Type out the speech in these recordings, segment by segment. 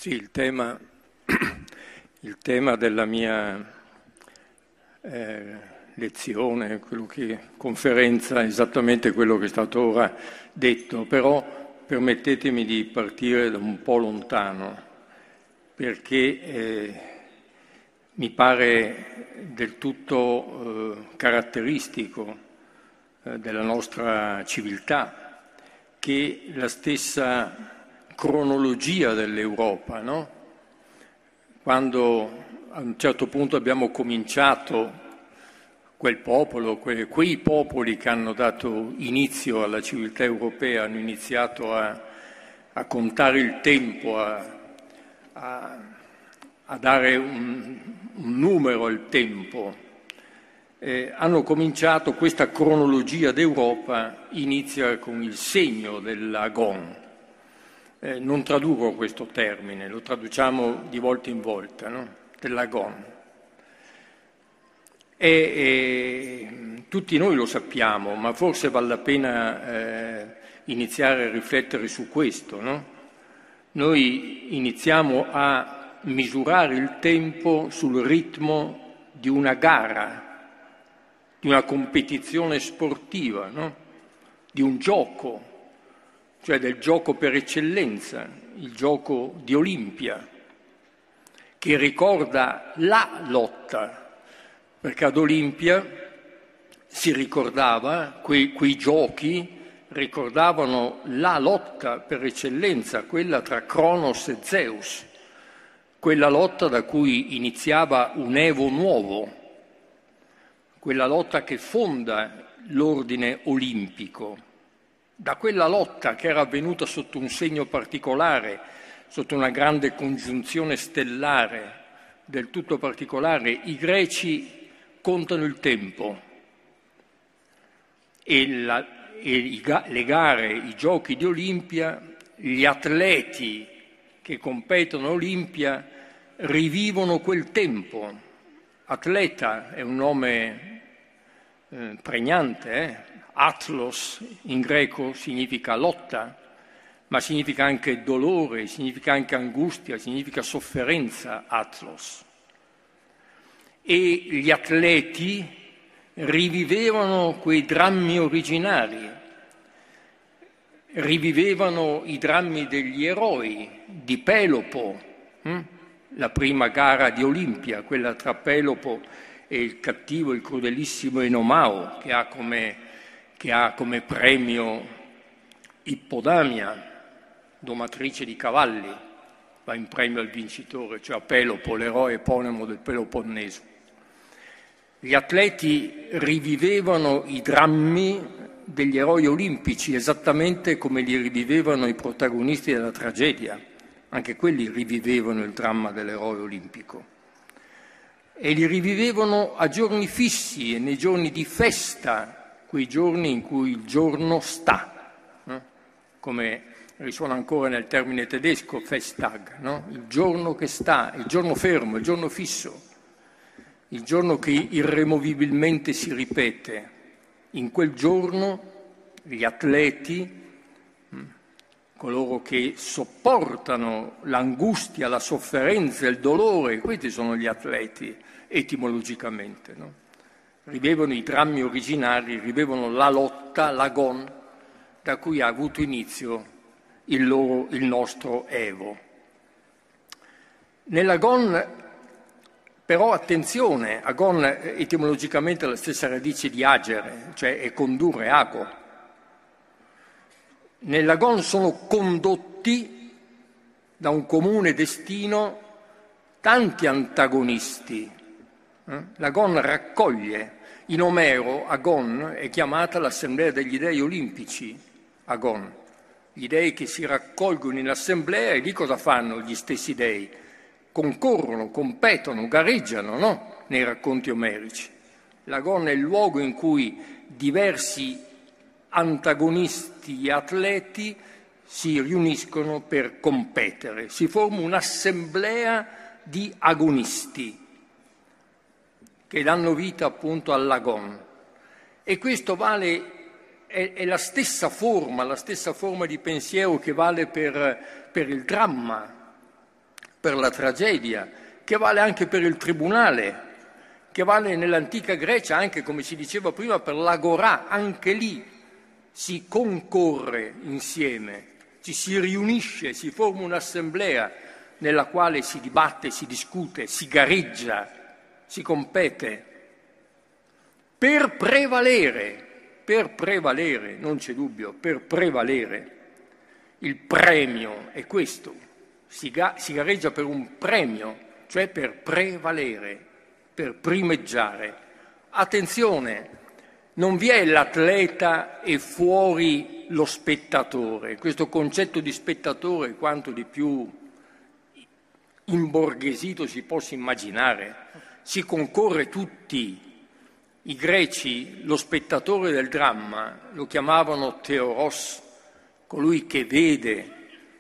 Sì, il tema della mia lezione, conferenza, è esattamente quello che è stato ora detto, però permettetemi di partire da un po' lontano, perché mi pare del tutto caratteristico della nostra civiltà che la stessa cronologia dell'Europa, no? Quando a un certo punto abbiamo cominciato, quei popoli che hanno dato inizio alla civiltà europea, hanno iniziato a contare il tempo, a dare un numero al tempo, hanno cominciato, questa cronologia d'Europa inizia con il segno dell'Agon. Non traduco questo termine, lo traduciamo di volta in volta, no? Dell'Agon. Tutti noi lo sappiamo, ma forse vale la pena iniziare a riflettere su questo, no? Noi iniziamo a misurare il tempo sul ritmo di una gara, di una competizione sportiva, no? Di un gioco, cioè del gioco per eccellenza, il gioco di Olimpia, che ricorda la lotta, perché ad Olimpia si ricordava, quei giochi ricordavano la lotta per eccellenza, quella tra Cronos e Zeus, quella lotta da cui iniziava un Evo nuovo, quella lotta che fonda l'ordine olimpico. Da quella lotta che era avvenuta sotto un segno particolare, sotto una grande congiunzione stellare del tutto particolare, i greci contano il tempo e le gare, i giochi di Olimpia, gli atleti che competono a Olimpia rivivono quel tempo. Atleta è un nome pregnante, Atlos in greco significa lotta, ma significa anche dolore, significa anche angustia, significa sofferenza, Atlos. E gli atleti rivivevano quei drammi originari, rivivevano i drammi degli eroi, di Pelopo, la prima gara di Olimpia, quella tra Pelopo e il cattivo, il crudelissimo Enomao, che ha come premio Ippodamia, domatrice di cavalli, va in premio al vincitore, cioè a Pelopo, l'eroe eponimo del Peloponneso. Gli atleti rivivevano i drammi degli eroi olimpici, esattamente come li rivivevano i protagonisti della tragedia. Anche quelli rivivevano il dramma dell'eroe olimpico. E li rivivevano a giorni fissi e nei giorni di festa, quei giorni in cui il giorno sta, no? Come risuona ancora nel termine tedesco Festtag, no? Il giorno che sta, il giorno fermo, il giorno fisso, il giorno che irremovibilmente si ripete. In quel giorno gli atleti, coloro che sopportano l'angustia, la sofferenza, il dolore, questi sono gli atleti etimologicamente, no? Rivivono i drammi originari, rivivono la lotta, l'Agon, da cui ha avuto inizio il nostro Evo. Nell'Agon, però, attenzione, Agon etimologicamente è la stessa radice di agere, cioè è condurre, ago. Nell'Agon sono condotti da un comune destino tanti antagonisti. L'Agon raccoglie. In Omero, Agon è chiamata l'assemblea degli dei olimpici, Agon. Gli dei che si raccolgono in assemblea e lì cosa fanno gli stessi dei? Concorrono, competono, gareggiano, no? Nei racconti omerici. L'Agon è il luogo in cui diversi antagonisti e atleti si riuniscono per competere. Si forma un'assemblea di agonisti che danno vita appunto all'Agon. E questo è la stessa forma di pensiero che vale per il dramma. per la tragedia, che vale anche per il tribunale, che vale nell'antica Grecia anche, come si diceva prima, per l'agorà. Anche lì si concorre insieme, ci si riunisce, si forma un'assemblea nella quale si dibatte, si discute, si gareggia, si compete per prevalere, non c'è dubbio, per prevalere. Il premio è questo, si gareggia per un premio, cioè per prevalere, per primeggiare. Attenzione, non vi è l'atleta e fuori lo spettatore. Questo concetto di spettatore, quanto di più imborghesito si possa immaginare, si concorre tutti. I greci lo spettatore del dramma lo chiamavano Theoros, colui che vede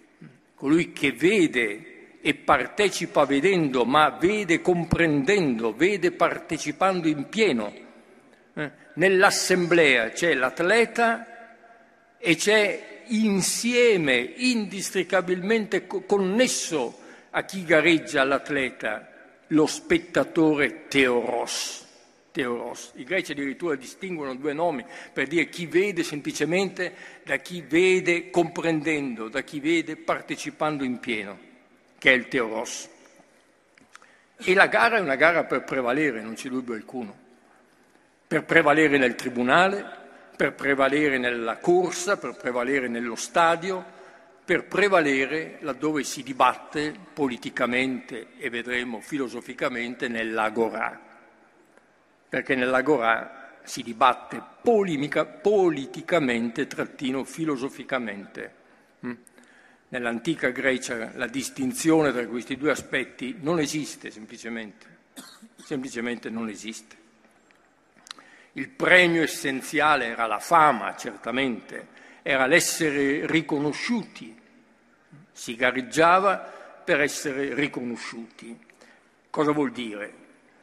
e partecipa vedendo, ma vede comprendendo, vede partecipando in pieno. Nell'assemblea c'è l'atleta e c'è insieme, indistricabilmente connesso a chi gareggia l'atleta, lo spettatore Theoros. I greci addirittura distinguono due nomi per dire chi vede semplicemente da chi vede comprendendo, da chi vede partecipando in pieno, che è il Theoros. E la gara è una gara per prevalere, non c'è dubbio alcuno. Per prevalere nel tribunale, per prevalere nella corsa, per prevalere nello stadio, per prevalere laddove si dibatte politicamente e vedremo filosoficamente nell'agorà. Perché nell'agorà si dibatte politicamente - filosoficamente. Nell'antica Grecia la distinzione tra questi due aspetti non esiste semplicemente non esiste. Il premio essenziale era la fama, certamente, era l'essere riconosciuti, si gareggiava per essere riconosciuti. Cosa vuol dire?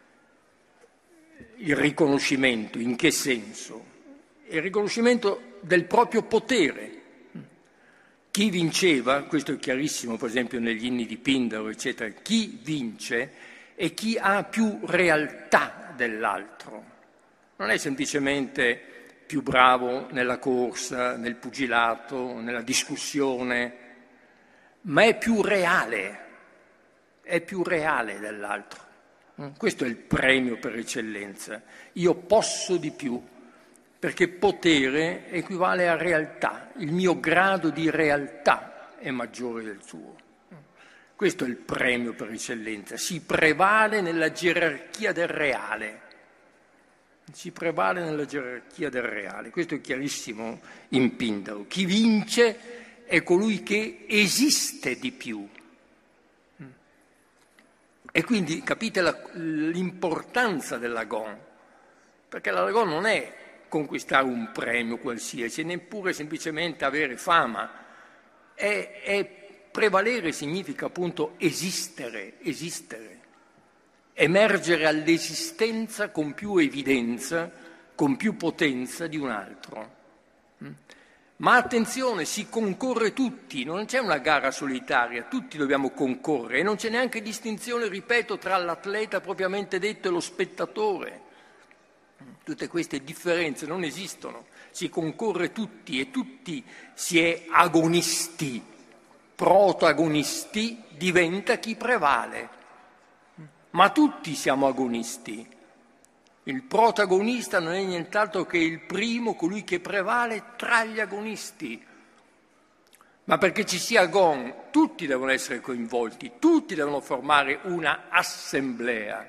Il riconoscimento, in che senso? Il riconoscimento del proprio potere. Chi vinceva, questo è chiarissimo per esempio negli inni di Pindaro, eccetera, chi vince è chi ha più realtà dell'altro. Non è semplicemente più bravo nella corsa, nel pugilato, nella discussione, ma è più reale dell'altro. Questo è il premio per eccellenza. Io posso di più, perché potere equivale a realtà. Il mio grado di realtà è maggiore del suo. Questo è il premio per eccellenza. Si prevale nella gerarchia del reale. Questo è chiarissimo in Pindaro. Chi vince è colui che esiste di più. E quindi capite l'importanza dell'agon, perché l'agon non è conquistare un premio qualsiasi, neppure semplicemente avere fama, è prevalere, significa appunto esistere, emergere all'esistenza con più evidenza, con più potenza di un altro. Ma attenzione, si concorre tutti, non c'è una gara solitaria, tutti dobbiamo concorrere e non c'è neanche distinzione, ripeto, tra l'atleta propriamente detto e lo spettatore. Tutte queste differenze non esistono, si concorre tutti e tutti si è agonisti, protagonisti diventa chi prevale, ma tutti siamo agonisti. Il protagonista non è nient'altro che il primo, colui che prevale tra gli agonisti. Ma perché ci sia agon, tutti devono essere coinvolti, tutti devono formare una assemblea.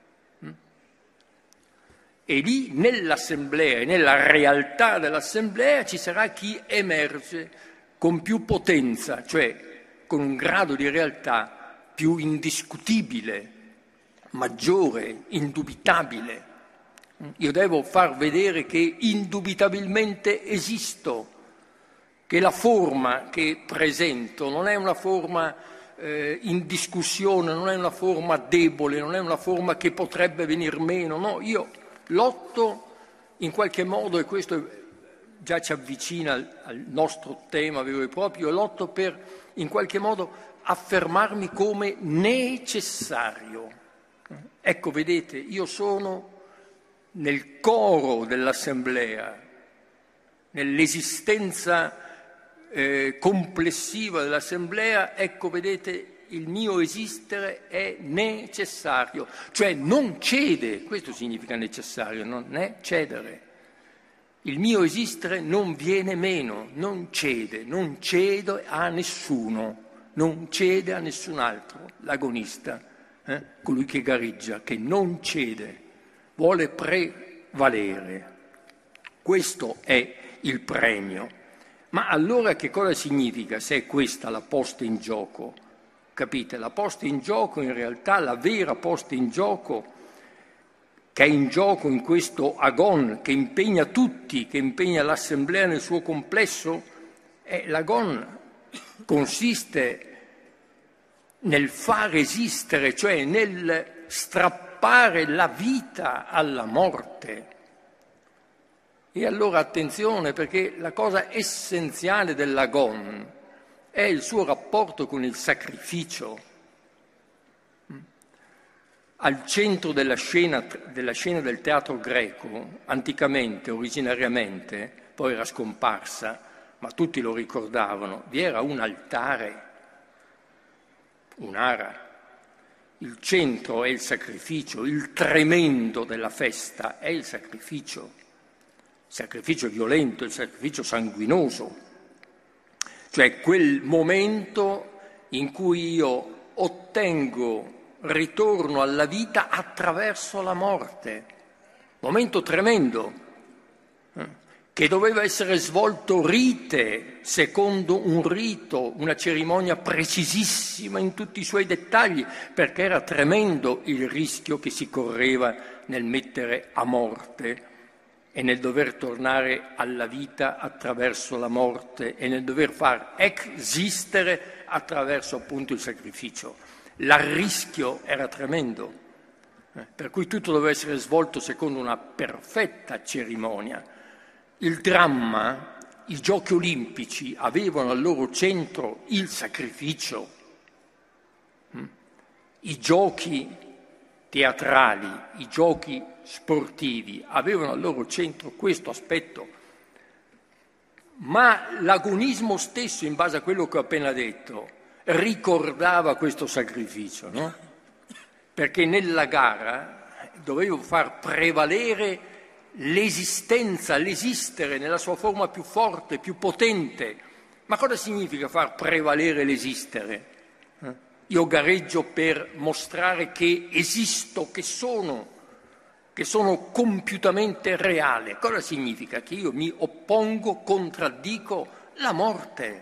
E lì, nell'assemblea e nella realtà dell'assemblea, ci sarà chi emerge con più potenza, cioè con un grado di realtà più indiscutibile, maggiore, indubitabile. Io devo far vedere che indubitabilmente esisto, che la forma che presento non è una forma in discussione, non è una forma debole, non è una forma che potrebbe venir meno, no, io lotto in qualche modo, e questo già ci avvicina al nostro tema vero e proprio. Io lotto per, in qualche modo, affermarmi come necessario. Ecco, vedete, io sono nel coro dell'assemblea, nell'esistenza complessiva dell'assemblea, ecco, vedete, il mio esistere è necessario, cioè non cede, questo significa necessario, non è cedere. Il mio esistere non viene meno, non cede a nessuno, non cede a nessun altro, l'agonista, colui che gareggia, che non cede, vuole prevalere. Questo è il premio. Ma allora che cosa significa se è questa la posta in gioco? Capite? La posta in gioco, in realtà, la vera posta in gioco, che è in gioco in questo agon, che impegna tutti, che impegna l'assemblea nel suo complesso, l'agon consiste nel far esistere, cioè nel strappare la vita alla morte. E allora attenzione, perché la cosa essenziale dell'agon è il suo rapporto con il sacrificio. Al centro della scena del teatro greco, anticamente, originariamente, poi era scomparsa, ma tutti lo ricordavano, vi era un altare, un'ara. Il centro è il sacrificio, il tremendo della festa è il sacrificio violento, il sacrificio sanguinoso, cioè quel momento in cui io ottengo ritorno alla vita attraverso la morte, momento tremendo, che doveva essere svolto secondo un rito, una cerimonia precisissima in tutti i suoi dettagli, perché era tremendo il rischio che si correva nel mettere a morte e nel dover tornare alla vita attraverso la morte e nel dover far esistere attraverso appunto il sacrificio. L'arrischio era tremendo, per cui tutto doveva essere svolto secondo una perfetta cerimonia. Il dramma, i giochi olimpici avevano al loro centro il sacrificio, i giochi teatrali, i giochi sportivi avevano al loro centro questo aspetto, ma l'agonismo stesso, in base a quello che ho appena detto, ricordava questo sacrificio, no? Perché nella gara dovevo far prevalere l'esistenza, l'esistere nella sua forma più forte, più potente. Ma cosa significa far prevalere l'esistere? Io gareggio per mostrare che esisto, che sono compiutamente reale. Cosa significa? Che io mi oppongo, contraddico la morte.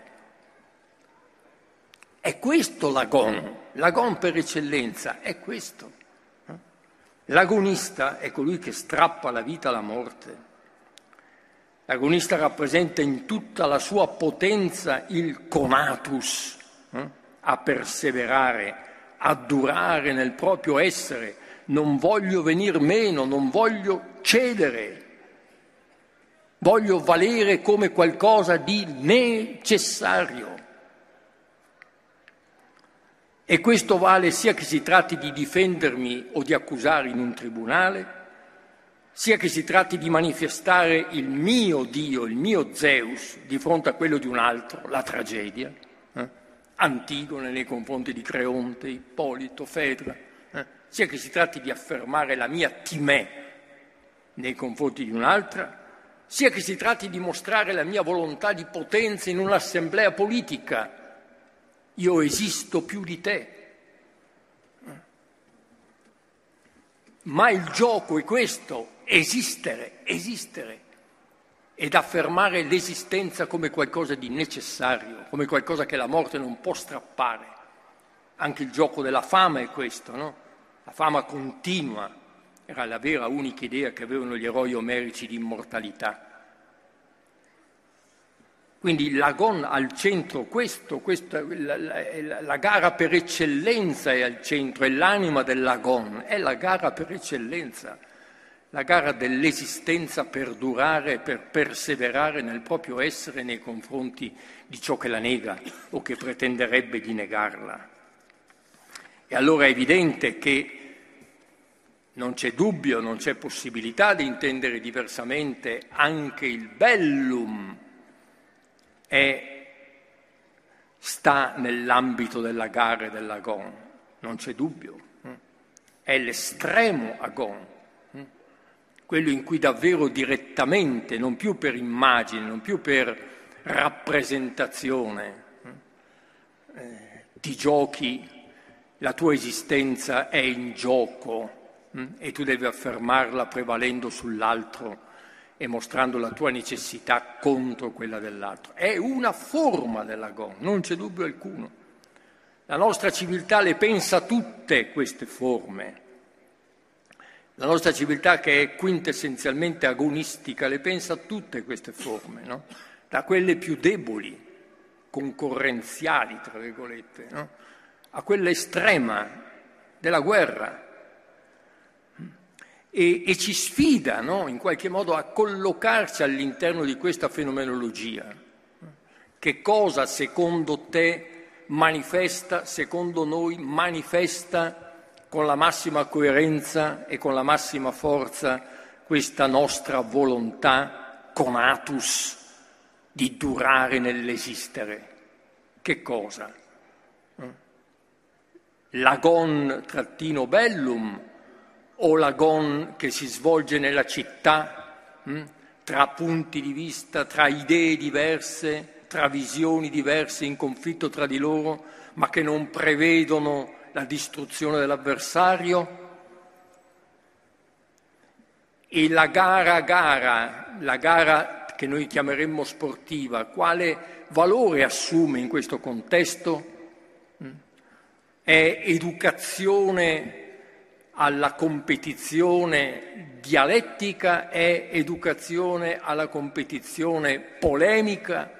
È questo l'agon per eccellenza, è questo. L'agonista è colui che strappa la vita alla morte. L'agonista rappresenta in tutta la sua potenza il conatus, a perseverare, a durare nel proprio essere. Non voglio venir meno, non voglio cedere, voglio valere come qualcosa di necessario. E questo vale sia che si tratti di difendermi o di accusare in un tribunale, sia che si tratti di manifestare il mio Dio, il mio Zeus, di fronte a quello di un altro, la tragedia, Antigone nei confronti di Creonte, Ippolito, Fedra, sia che si tratti di affermare la mia Timè nei confronti di un'altra, sia che si tratti di mostrare la mia volontà di potenza in un'assemblea politica. Io esisto più di te. Ma il gioco è questo, esistere ed affermare l'esistenza come qualcosa di necessario, come qualcosa che la morte non può strappare. Anche il gioco della fama è questo, no? La fama continua era la vera unica idea che avevano gli eroi omerici di immortalità. Quindi l'agon al centro, la gara per eccellenza è al centro, è l'anima dell'agon, è la gara per eccellenza. la gara dell'esistenza per durare, per perseverare nel proprio essere nei confronti di ciò che la nega o che pretenderebbe di negarla. E allora è evidente che non c'è dubbio, non c'è possibilità di intendere diversamente anche il bellum sta nell'ambito della gara e dell'agon, non c'è dubbio, è l'estremo agon, quello in cui davvero direttamente, non più per immagine, non più per rappresentazione, ti giochi, la tua esistenza è in gioco e tu devi affermarla prevalendo sull'altro e mostrando la tua necessità contro quella dell'altro. È una forma dell'agon, non c'è dubbio alcuno. La nostra civiltà le pensa tutte queste forme. La nostra civiltà, che è quintessenzialmente agonistica, le pensa tutte queste forme, no? Da quelle più deboli, concorrenziali, tra virgolette, no? A quella estrema della guerra. E ci sfida, no? In qualche modo a collocarci all'interno di questa fenomenologia. Che cosa secondo te manifesta, secondo noi manifesta con la massima coerenza e con la massima forza questa nostra volontà conatus di durare nell'esistere? Che cosa? L'agon trattino bellum o l'agon che si svolge nella città, tra punti di vista, tra idee diverse, tra visioni diverse in conflitto tra di loro, ma che non prevedono la distruzione dell'avversario? E la gara che noi chiameremmo sportiva, quale valore assume in questo contesto? È educazione alla competizione dialettica, è educazione alla competizione polemica,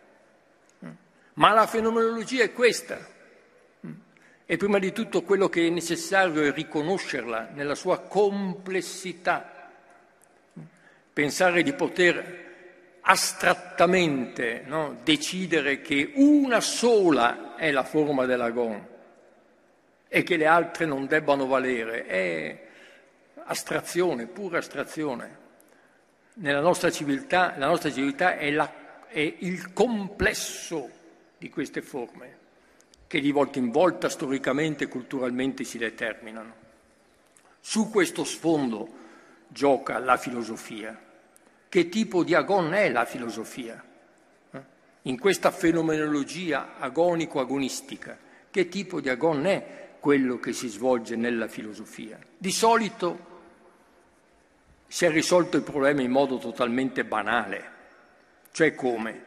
ma la fenomenologia è questa. E prima di tutto quello che è necessario è riconoscerla nella sua complessità, pensare di poter astrattamente, no, decidere che una sola è la forma dell'agon e che le altre non debbano valere, è astrazione, pura astrazione. Nella nostra civiltà, la nostra civiltà è il complesso di queste forme che di volta in volta storicamente e culturalmente si determinano. Su questo sfondo gioca la filosofia. Che tipo di agon è la filosofia? In questa fenomenologia agonico-agonistica, che tipo di agon è quello che si svolge nella filosofia? Di solito si è risolto il problema in modo totalmente banale. Cioè come?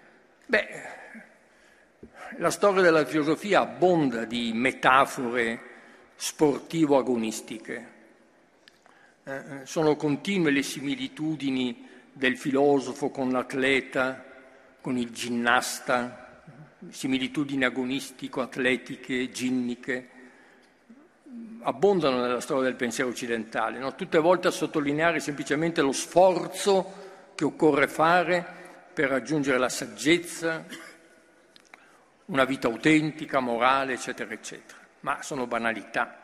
La storia della filosofia abbonda di metafore sportivo-agonistiche. Sono continue le similitudini del filosofo con l'atleta, con il ginnasta, similitudini agonistico-atletiche, ginniche, abbondano nella storia del pensiero occidentale, no? Tutte volte a sottolineare semplicemente lo sforzo che occorre fare per raggiungere la saggezza, una vita autentica, morale, eccetera, eccetera. Ma sono banalità.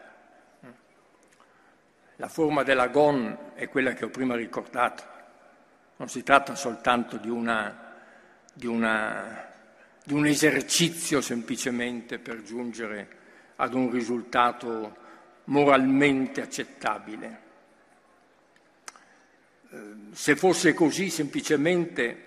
La forma dell'agon è quella che ho prima ricordato. Non si tratta soltanto di un esercizio semplicemente per giungere ad un risultato moralmente accettabile. Se fosse così semplicemente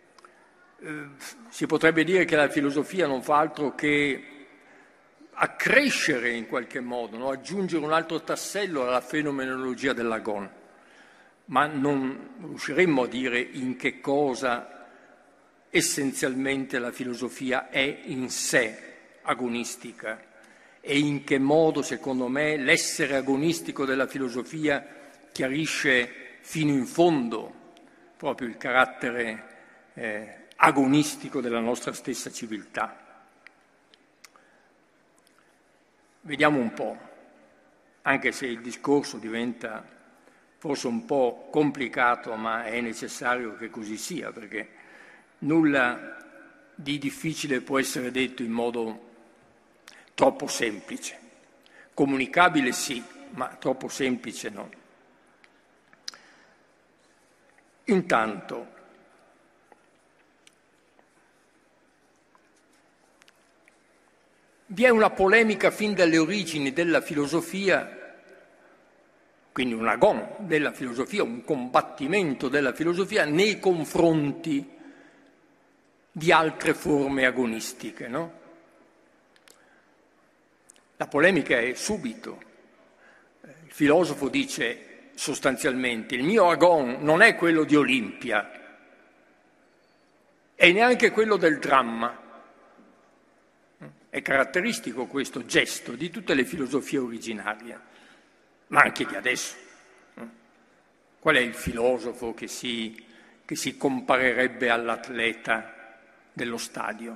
si potrebbe dire che la filosofia non fa altro che accrescere in qualche modo, no? Aggiungere un altro tassello alla fenomenologia dell'agon, ma non riusciremmo a dire in che cosa essenzialmente la filosofia è in sé agonistica e in che modo, secondo me, l'essere agonistico della filosofia chiarisce fino in fondo proprio il carattere agonistico della nostra stessa civiltà. Vediamo un po', anche se il discorso diventa forse un po' complicato, ma è necessario che così sia, perché nulla di difficile può essere detto in modo troppo semplice. Comunicabile sì, ma troppo semplice no. Intanto, vi è una polemica fin dalle origini della filosofia, quindi un agon della filosofia, un combattimento della filosofia nei confronti di altre forme agonistiche, no? La polemica è subito. Il filosofo dice sostanzialmente: il mio agon non è quello di Olimpia e neanche quello del dramma. È caratteristico questo gesto di tutte le filosofie originarie, ma anche di adesso. Qual è il filosofo che si comparerebbe all'atleta dello stadio?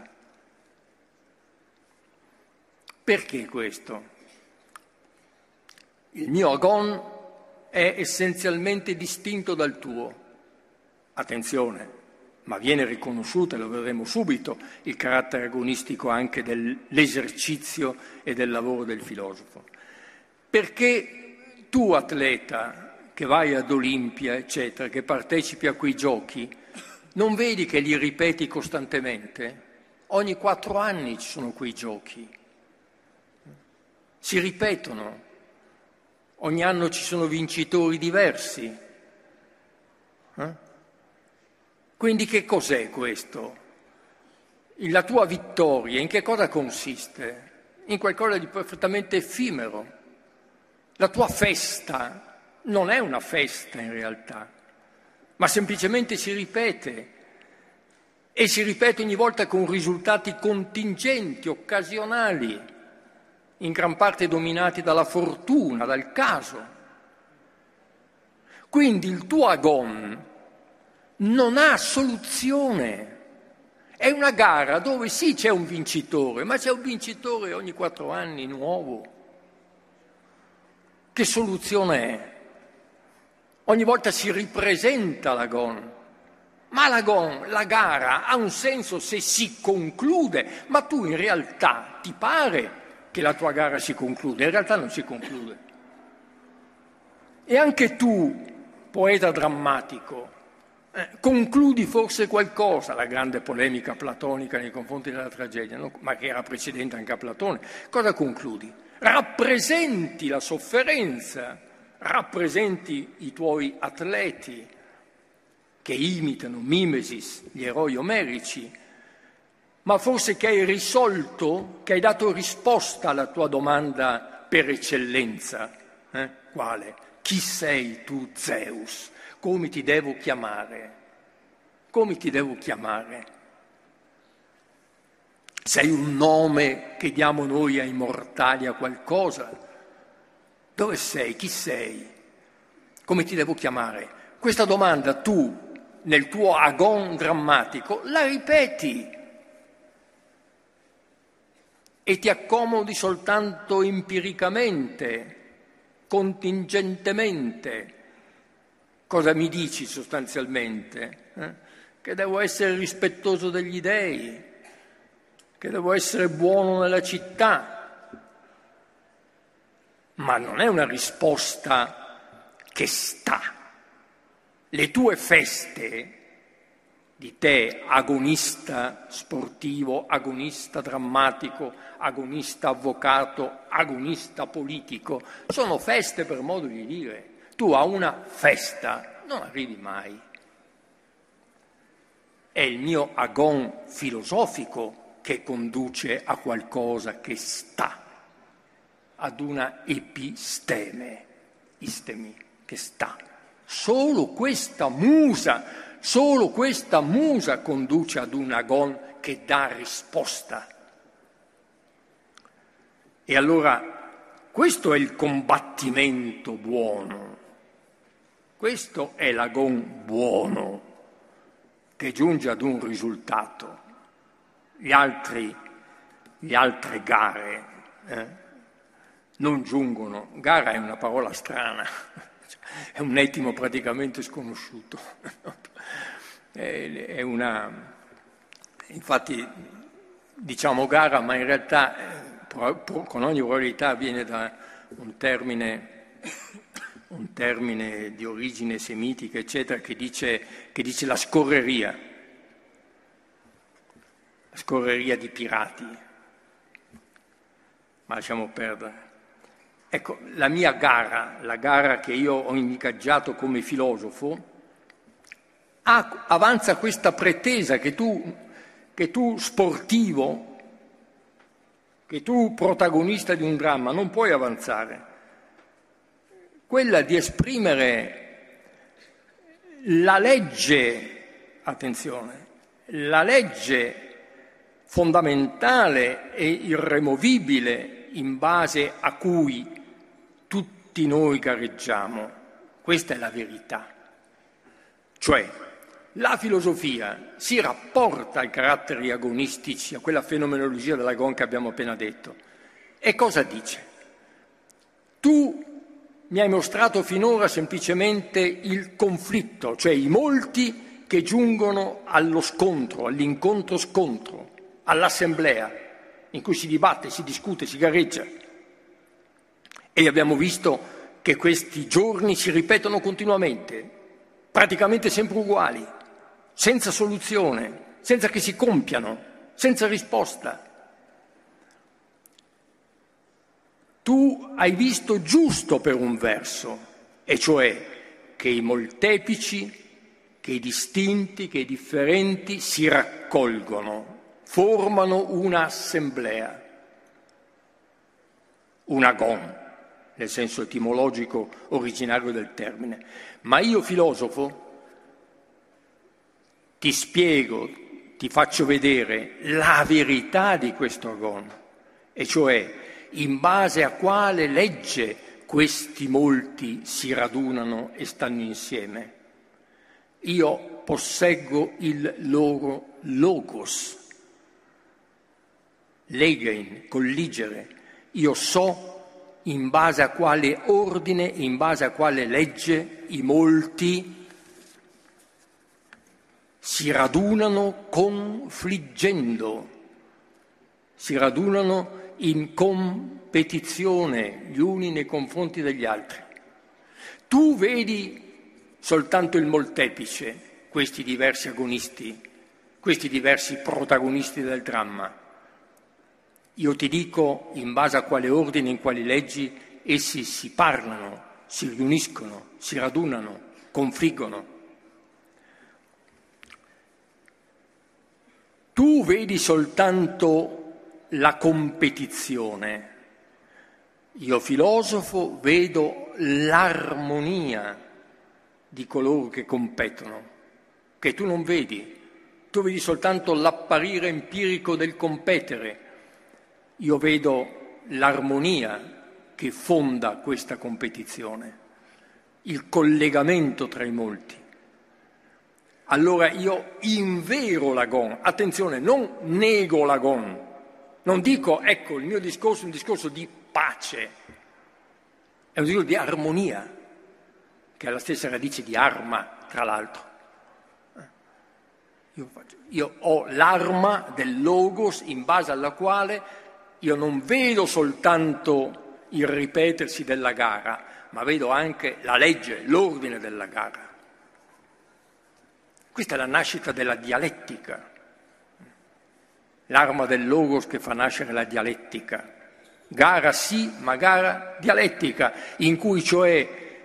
Perché questo? Il mio agon è essenzialmente distinto dal tuo. Attenzione, ma viene riconosciuto, e lo vedremo subito, il carattere agonistico anche dell'esercizio e del lavoro del filosofo. Perché tu, atleta, che vai ad Olimpia, eccetera, che partecipi a quei giochi, non vedi che li ripeti costantemente? Ogni 4 anni ci sono quei giochi. Si ripetono. Ogni anno ci sono vincitori diversi. Quindi che cos'è questo? La tua vittoria in che cosa consiste? In qualcosa di perfettamente effimero. La tua festa non è una festa in realtà, ma semplicemente si ripete, e si ripete ogni volta con risultati contingenti, occasionali, in gran parte dominati dalla fortuna, dal caso. Quindi il tuo agon non ha soluzione. È una gara dove sì c'è un vincitore, ma c'è un vincitore ogni 4 anni nuovo. Che soluzione è? Ogni volta si ripresenta l'agon. Ma l'agon, la gara, ha un senso se si conclude, ma tu in realtà ti pare che la tua gara si conclude, in realtà non si conclude. E anche tu, poeta drammatico, concludi forse qualcosa, la grande polemica platonica nei confronti della tragedia, no? Ma che era precedente anche a Platone. Cosa concludi? Rappresenti la sofferenza, rappresenti i tuoi atleti che imitano, mimesis, gli eroi omerici, ma forse che hai risolto, che hai dato risposta alla tua domanda per eccellenza. Quale? Chi sei tu, Zeus? Come ti devo chiamare? Come ti devo chiamare? Sei un nome che diamo noi ai mortali a qualcosa? Dove sei? Chi sei? Come ti devo chiamare? Questa domanda tu, nel tuo agon drammatico, la ripeti e ti accomodi soltanto empiricamente, contingentemente. Cosa mi dici sostanzialmente? Che devo essere rispettoso degli dèi, che devo essere buono nella città. Ma non è una risposta che sta. Le tue feste di te, agonista sportivo, agonista drammatico, agonista avvocato, agonista politico, sono feste per modo di dire. Tu a una festa non arrivi mai. È il mio agon filosofico che conduce a qualcosa che sta, ad una episteme, istemi, che sta. Solo questa musa conduce ad un agon che dà risposta. E allora questo è il combattimento buono. Questo è l'agon buono che giunge ad un risultato. Le altre gare non giungono. Gara è una parola strana, È un ettimo praticamente sconosciuto. È una... Infatti diciamo gara, ma in realtà con ogni probabilità viene da un termine di origine semitica, eccetera, che dice la scorreria di pirati. Ma lasciamo perdere. Ecco, la mia gara, la gara che io ho ingaggiato come filosofo, avanza questa pretesa che tu sportivo, che tu protagonista di un dramma non puoi avanzare, quella di esprimere la legge, attenzione, la legge fondamentale e irremovibile in base a cui tutti noi gareggiamo. Questa è la verità. Cioè, la filosofia si rapporta ai caratteri agonistici, a quella fenomenologia dell'agon che abbiamo appena detto. E cosa dice? Tu mi hai mostrato finora semplicemente il conflitto, cioè i molti che giungono allo scontro, all'incontro-scontro, all'assemblea, in cui si dibatte, si discute, si gareggia. E abbiamo visto che questi giorni si ripetono continuamente, praticamente sempre uguali, senza soluzione, senza che si compiano, senza risposta. Tu hai visto giusto per un verso, e cioè che i molteplici, che i distinti, che i differenti si raccolgono, formano un'assemblea, un agon, nel senso etimologico originario del termine. Ma io, filosofo, ti spiego, ti faccio vedere la verità di questo agon, e cioè in base a quale legge questi molti si radunano e stanno insieme. Io posseggo il loro logos, legein, colligere. Io so in base a quale ordine, in base a quale legge i molti si radunano confliggendo, si radunano in competizione gli uni nei confronti degli altri. Tu vedi soltanto il molteplice, questi diversi agonisti, questi diversi protagonisti del dramma. Io ti dico in base a quale ordine, in quali leggi essi si parlano, si riuniscono, si radunano, confliggono. Tu vedi soltanto la competizione. Io filosofo vedo l'armonia di coloro che competono, che tu non vedi. Tu vedi soltanto l'apparire empirico del competere. Io vedo l'armonia che fonda questa competizione, il collegamento tra i molti. Allora io invero l'agon, attenzione, non nego l'agon, non dico, ecco, il mio discorso è un discorso di pace, è un discorso di armonia, che è la stessa radice di arma, tra l'altro. Io ho l'arma del logos in base alla quale io non vedo soltanto il ripetersi della gara, ma vedo anche la legge, l'ordine della gara. Questa è la nascita della dialettica, l'arma del logos che fa nascere la dialettica. Gara sì, ma gara dialettica, in cui cioè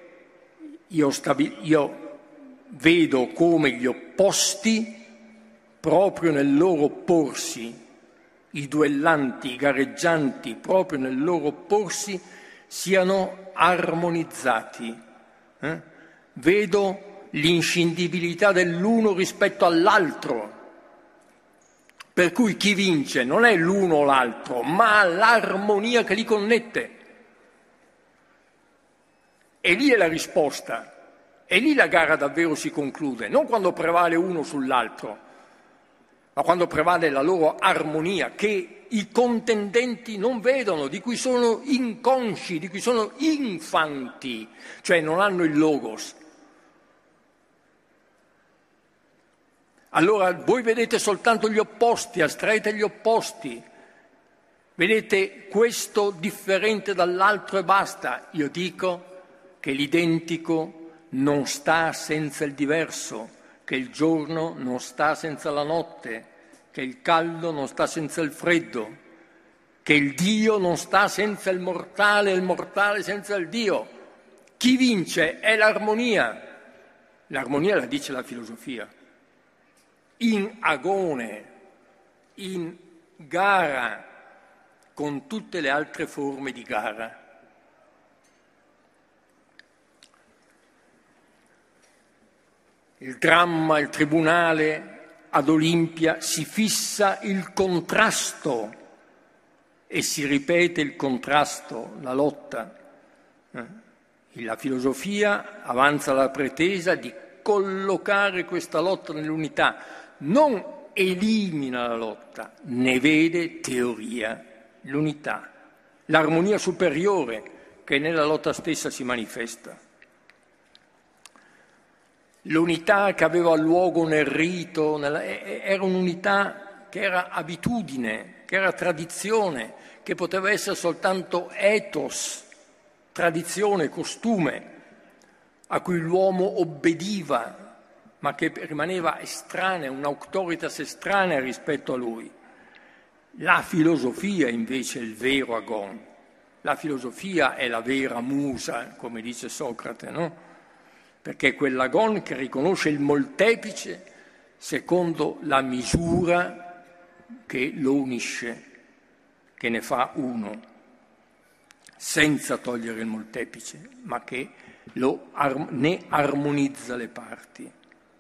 io vedo come gli opposti, proprio nel loro opporsi, i duellanti, i gareggianti, proprio nel loro opporsi, siano armonizzati. Vedo l'inscindibilità dell'uno rispetto all'altro, per cui chi vince non è l'uno o l'altro, ma l'armonia che li connette. E lì è la risposta, e lì la gara davvero si conclude, non quando prevale uno sull'altro, ma quando prevale la loro armonia, che i contendenti non vedono, di cui sono inconsci, di cui sono infanti, cioè non hanno il logos. Allora voi vedete soltanto gli opposti, astraete gli opposti, vedete questo differente dall'altro e basta. Io dico che l'identico non sta senza il diverso, che il giorno non sta senza la notte, che il caldo non sta senza il freddo, che il Dio non sta senza il mortale e il mortale senza il Dio. Chi vince è l'armonia. L'armonia la dice la filosofia. In agone, in gara, con tutte le altre forme di gara. Il dramma, il tribunale, ad Olimpia si fissa il contrasto e si ripete il contrasto, la lotta. La filosofia avanza la pretesa di collocare questa lotta nell'unità, non elimina la lotta, ne vede teoria, l'unità, l'armonia superiore che nella lotta stessa si manifesta. L'unità che aveva luogo nel rito era un'unità che era abitudine, che era tradizione, che poteva essere soltanto ethos, tradizione, costume, a cui l'uomo obbediva, ma che rimaneva estranea, un'autoritas estranea rispetto a lui. La filosofia invece è il vero agon. La filosofia è la vera musa, come dice Socrate, no? Perché è quell'agon che riconosce il molteplice secondo la misura che lo unisce, che ne fa uno, senza togliere il molteplice, ma che ne armonizza le parti.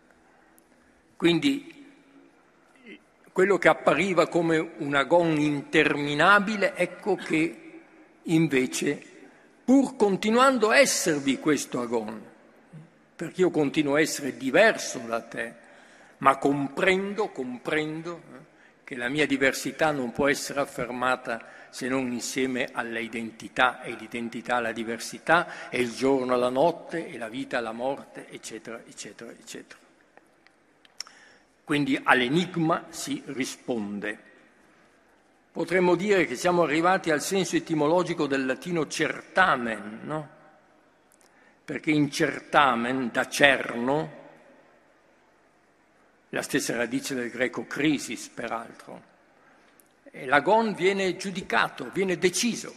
Quindi quello che appariva come un agon interminabile, ecco che invece, pur continuando a esservi questo agon, perché io continuo a essere diverso da te, ma comprendo che la mia diversità non può essere affermata se non insieme alla identità, e l'identità alla diversità, e il giorno alla notte, e la vita alla morte, eccetera, eccetera, eccetera. Quindi all'enigma si risponde. Potremmo dire che siamo arrivati al senso etimologico del latino certamen, no? Perché in certamen, da cerno, la stessa radice del greco crisis, peraltro, e l'agon viene giudicato, viene deciso.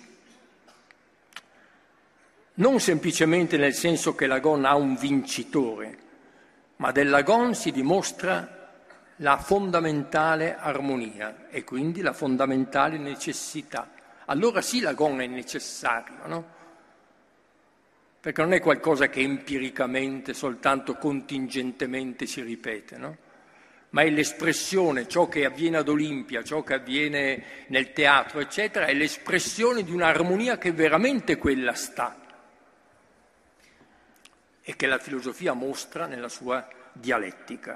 Non semplicemente nel senso che l'agon ha un vincitore, ma dell'agon si dimostra la fondamentale armonia e quindi la fondamentale necessità. Allora sì, l'agon è necessario, no? Perché non è qualcosa che empiricamente, soltanto contingentemente si ripete, no? Ma è l'espressione, ciò che avviene ad Olimpia, ciò che avviene nel teatro, eccetera, è l'espressione di un'armonia che veramente quella sta e che la filosofia mostra nella sua dialettica.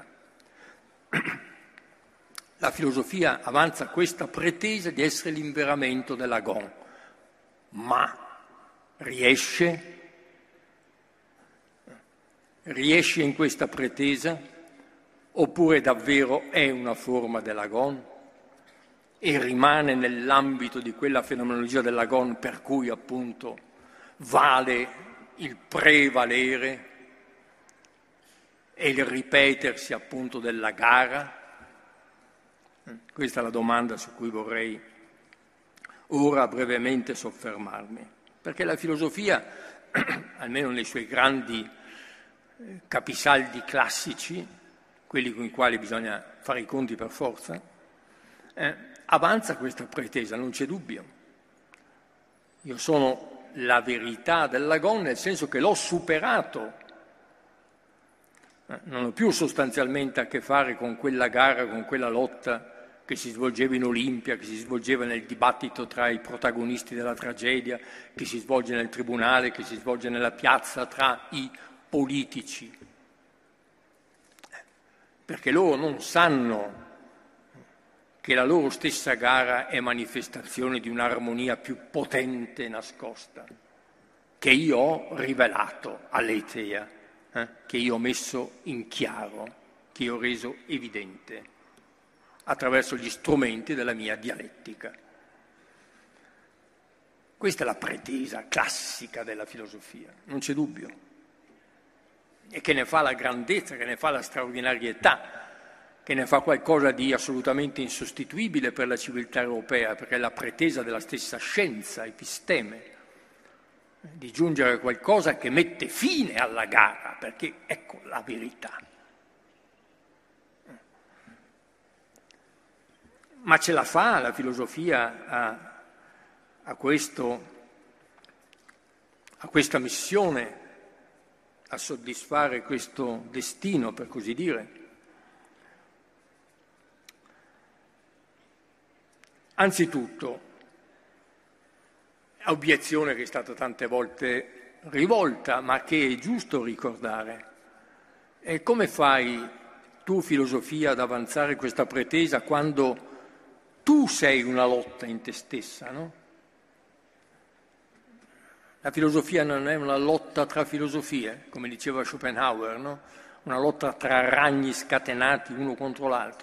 La filosofia avanza questa pretesa di essere l'inveramento dell'agon, ma riesce in questa pretesa, oppure davvero è una forma dell'agon e rimane nell'ambito di quella fenomenologia dell'agon per cui appunto vale il prevalere e il ripetersi appunto della gara? Questa è la domanda su cui vorrei ora brevemente soffermarmi, perché la filosofia, almeno nei suoi grandi capisaldi classici, quelli con i quali bisogna fare i conti per forza, avanza questa pretesa, non c'è dubbio. Io sono la verità dell'agon nel senso che l'ho superato, non ho più sostanzialmente a che fare con quella gara, con quella lotta che si svolgeva in Olimpia, che si svolgeva nel dibattito tra i protagonisti della tragedia, che si svolge nel tribunale, che si svolge nella piazza tra i politici. Perché loro non sanno che la loro stessa gara è manifestazione di un'armonia più potente e nascosta, che io ho rivelato all'Eteia, che io ho messo in chiaro, che io ho reso evidente attraverso gli strumenti della mia dialettica. Questa è la pretesa classica della filosofia, non c'è dubbio, e che ne fa la grandezza, che ne fa la straordinarietà, che ne fa qualcosa di assolutamente insostituibile per la civiltà europea, perché è la pretesa della stessa scienza, episteme, di giungere a qualcosa che mette fine alla gara, perché ecco la verità. Ma ce la fa la filosofia a questa missione, a soddisfare questo destino, per così dire? Anzitutto, obiezione che è stata tante volte rivolta, ma che è giusto ricordare. E come fai tu, filosofia, ad avanzare questa pretesa quando tu sei una lotta in te stessa, no? La filosofia non è una lotta tra filosofie, come diceva Schopenhauer, no? Una lotta tra ragni scatenati uno contro l'altro.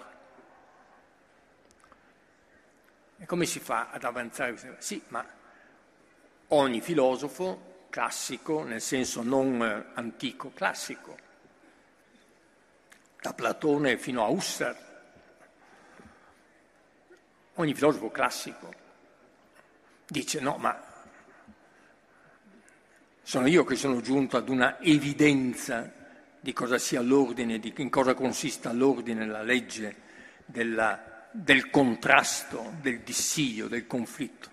E come si fa ad avanzare? Sì, ma ogni filosofo classico, nel senso non antico, classico, da Platone fino a Husserl, ogni filosofo classico dice no, ma sono io che sono giunto ad una evidenza di cosa sia l'ordine, in cosa consista l'ordine, la legge del contrasto, del dissidio, del conflitto.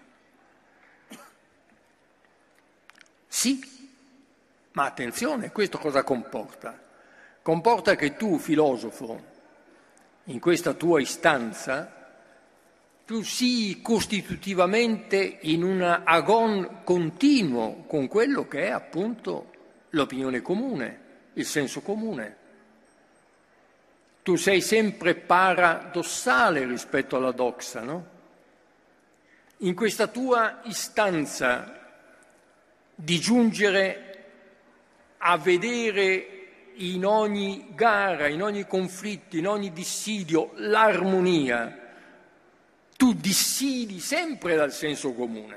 Sì, ma attenzione, questo cosa comporta? Comporta che tu, filosofo, in questa tua istanza, tu sii costitutivamente in un agon continuo con quello che è appunto l'opinione comune, il senso comune. Tu sei sempre paradossale rispetto alla doxa, no? In questa tua istanza di giungere a vedere in ogni gara, in ogni conflitto, in ogni dissidio, l'armonia, tu dissidi sempre dal senso comune.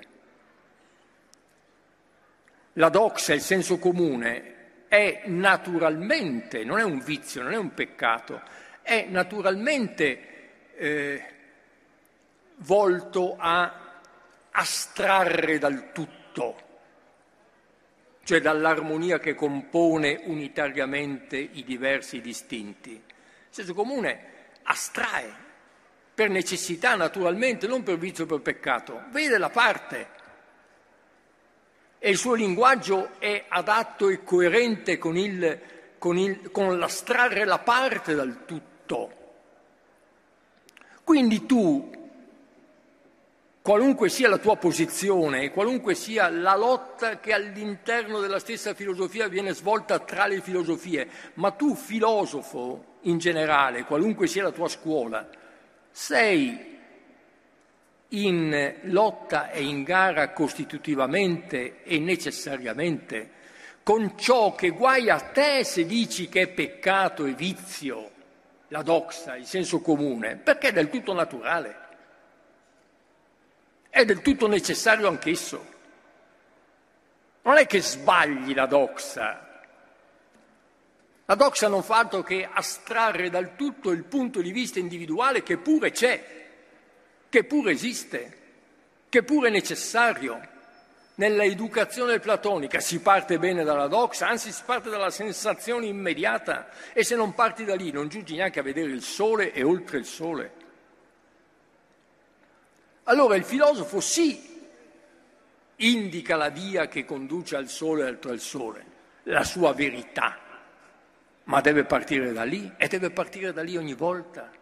La doxa, il senso comune, è naturalmente, non è un vizio, non è un peccato, è naturalmente volto a astrarre dal tutto, cioè dall'armonia che compone unitariamente i diversi distinti. Il senso comune astrae per necessità, naturalmente, non per vizio o per peccato, vede la parte e il suo linguaggio è adatto e coerente con l'astrarre la parte dal tutto. Quindi tu, qualunque sia la tua posizione, qualunque sia la lotta che all'interno della stessa filosofia viene svolta tra le filosofie, ma tu, filosofo in generale, qualunque sia la tua scuola, sei in lotta e in gara costitutivamente e necessariamente con ciò che guai a te se dici che è peccato e vizio, la doxa, il senso comune, perché è del tutto naturale, è del tutto necessario anch'esso. Non è che sbagli la doxa. La doxa non fa altro che astrarre dal tutto il punto di vista individuale che pure c'è, che pure esiste, che pure è necessario. Nella educazione platonica si parte bene dalla doxa, anzi si parte dalla sensazione immediata, e se non parti da lì non giungi neanche a vedere il sole e oltre il sole. Allora il filosofo sì indica la via che conduce al sole e oltre il sole, la sua verità, ma deve partire da lì e deve partire da lì ogni volta.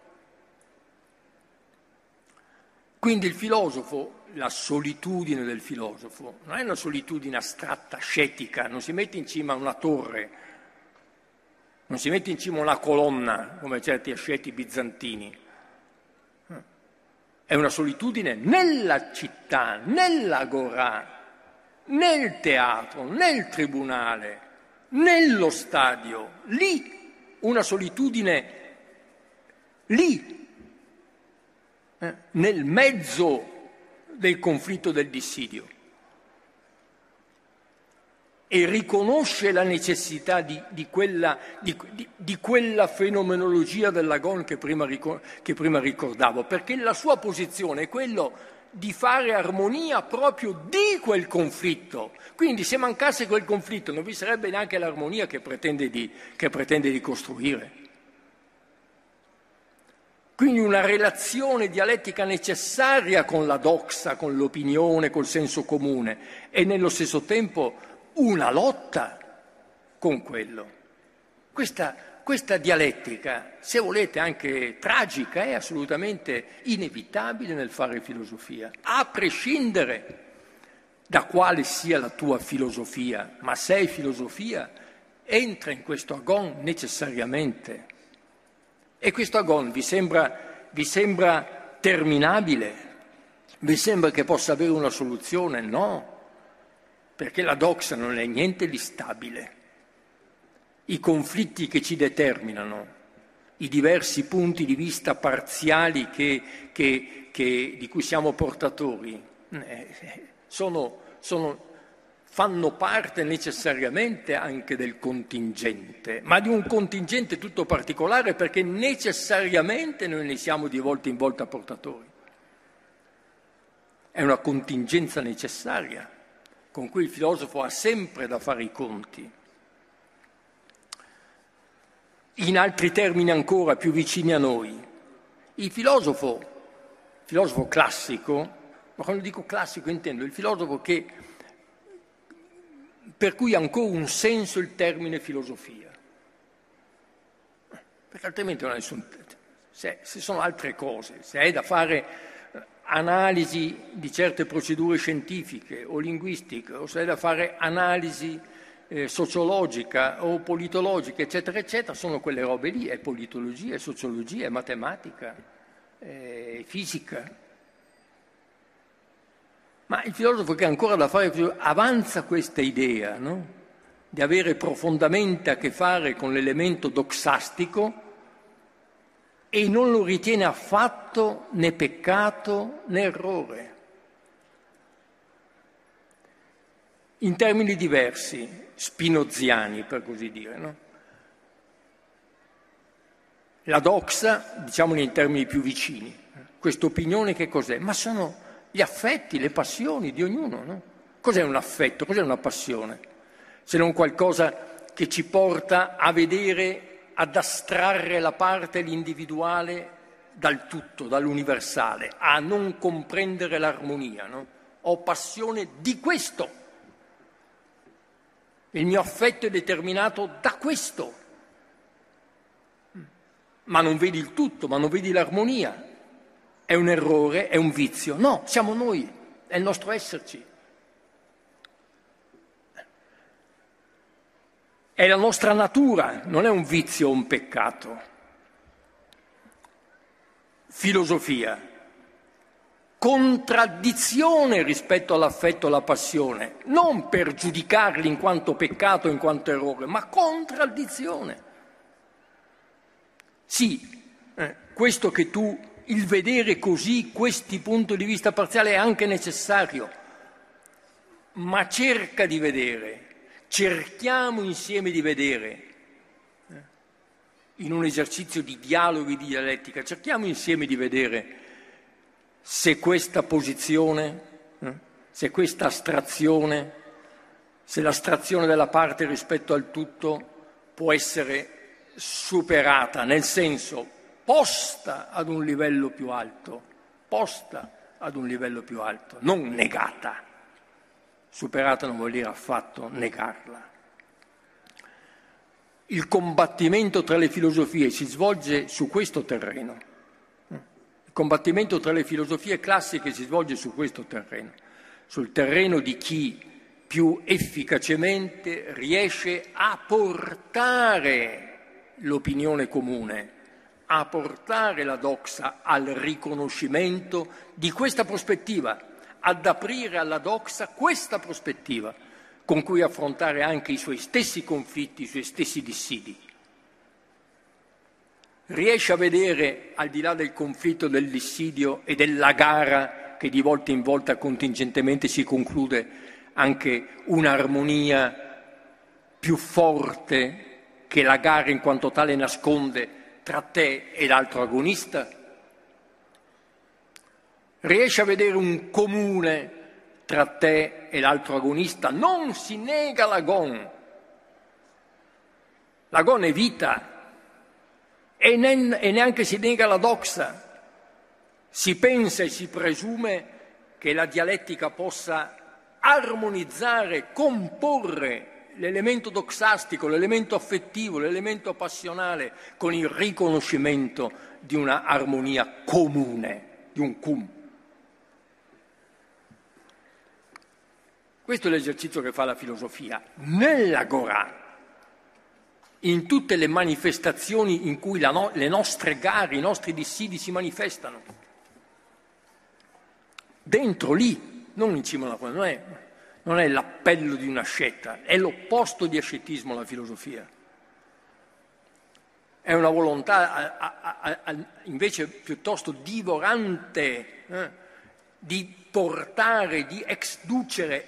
Quindi il filosofo, la solitudine del filosofo, non è una solitudine astratta, ascetica, non si mette in cima a una torre, Non si mette in cima una colonna, come certi asceti bizantini. È una solitudine nella città, nell'agorà, nel teatro, nel tribunale, nello stadio, lì, una solitudine lì, nel mezzo del conflitto del dissidio. E riconosce la necessità di quella fenomenologia dell'agon che prima ricordavo, perché la sua posizione è quello di fare armonia proprio di quel conflitto. Quindi se mancasse quel conflitto non vi sarebbe neanche l'armonia che pretende di costruire. Quindi una relazione dialettica necessaria con la doxa, con l'opinione, col senso comune, e nello stesso tempo una lotta con quello. Questa dialettica, se volete anche tragica, è assolutamente inevitabile nel fare filosofia, a prescindere da quale sia la tua filosofia, ma se è filosofia, entra in questo agon necessariamente. E questo agon vi sembra terminabile? Vi sembra che possa avere una soluzione? No. Perché la doxa non è niente di stabile. I conflitti che ci determinano, i diversi punti di vista parziali di cui siamo portatori, fanno parte necessariamente anche del contingente, ma di un contingente tutto particolare, perché necessariamente noi ne siamo di volta in volta portatori. È una contingenza necessaria, con cui il filosofo ha sempre da fare i conti. In altri termini ancora più vicini a noi, il filosofo classico, ma quando dico classico intendo il filosofo per cui ha ancora un senso il termine filosofia, perché altrimenti non ha nessun. Se sono altre cose, se è da fare analisi di certe procedure scientifiche o linguistiche, o se è da fare analisi sociologica o politologica, eccetera, eccetera, sono quelle robe lì, è politologia, è sociologia, è matematica, è fisica. Ma il filosofo che ha ancora da fare avanza questa idea, no? Di avere profondamente a che fare con l'elemento doxastico, e non lo ritiene affatto né peccato né errore. In termini diversi, spinoziani per così dire, no? La doxa, diciamoli in termini più vicini, questa opinione che cos'è? Ma sono gli affetti, le passioni di ognuno, no? Cos'è un affetto? Cos'è una passione? Se non qualcosa che ci porta a vedere, ad astrarre la parte, l'individuale, dal tutto, dall'universale, a non comprendere l'armonia, no? Ho passione di questo. Il mio affetto è determinato da questo. Ma non vedi il tutto, ma non vedi l'armonia. È un errore, è un vizio. No, siamo noi, è il nostro esserci. È la nostra natura, non è un vizio o un peccato. Filosofia. Contraddizione rispetto all'affetto e alla passione, non per giudicarli in quanto peccato, in quanto errore, ma contraddizione. Sì, questo che il vedere così questi punti di vista parziali è anche necessario, ma cerca di vedere. Cerchiamo insieme di vedere, in un esercizio di dialogo e di dialettica, cerchiamo insieme di vedere se questa posizione, se questa astrazione, se l'astrazione della parte rispetto al tutto può essere superata, nel senso posta ad un livello più alto, non negata. Superata non vuol dire affatto negarla. Il combattimento tra le filosofie si svolge su questo terreno. Il combattimento tra le filosofie classiche si svolge su questo terreno, sul terreno di chi più efficacemente riesce a portare l'opinione comune a portare la doxa al riconoscimento di questa prospettiva, ad aprire alla doxa questa prospettiva con cui affrontare anche i suoi stessi conflitti, i suoi stessi dissidi. Riesce a vedere, al di là del conflitto, del dissidio e della gara che di volta in volta contingentemente si conclude, anche un'armonia più forte che la gara in quanto tale nasconde tra te e l'altro agonista? Riesci a vedere un comune tra te e l'altro agonista? Non si nega l'agon. L'agon è vita e neanche si nega la doxa. Si pensa e si presume che la dialettica possa armonizzare, comporre l'elemento doxastico, l'elemento affettivo, l'elemento passionale con il riconoscimento di una armonia comune, di un cum. Questo è l'esercizio che fa la filosofia nell'agorà, in tutte le manifestazioni in cui le nostre gare, i nostri dissidi si manifestano. Dentro lì, non in cima alla quale, non è l'appello di una asceta, è l'opposto di ascetismo la filosofia. È una volontà invece piuttosto divorante, di portare, di exducere,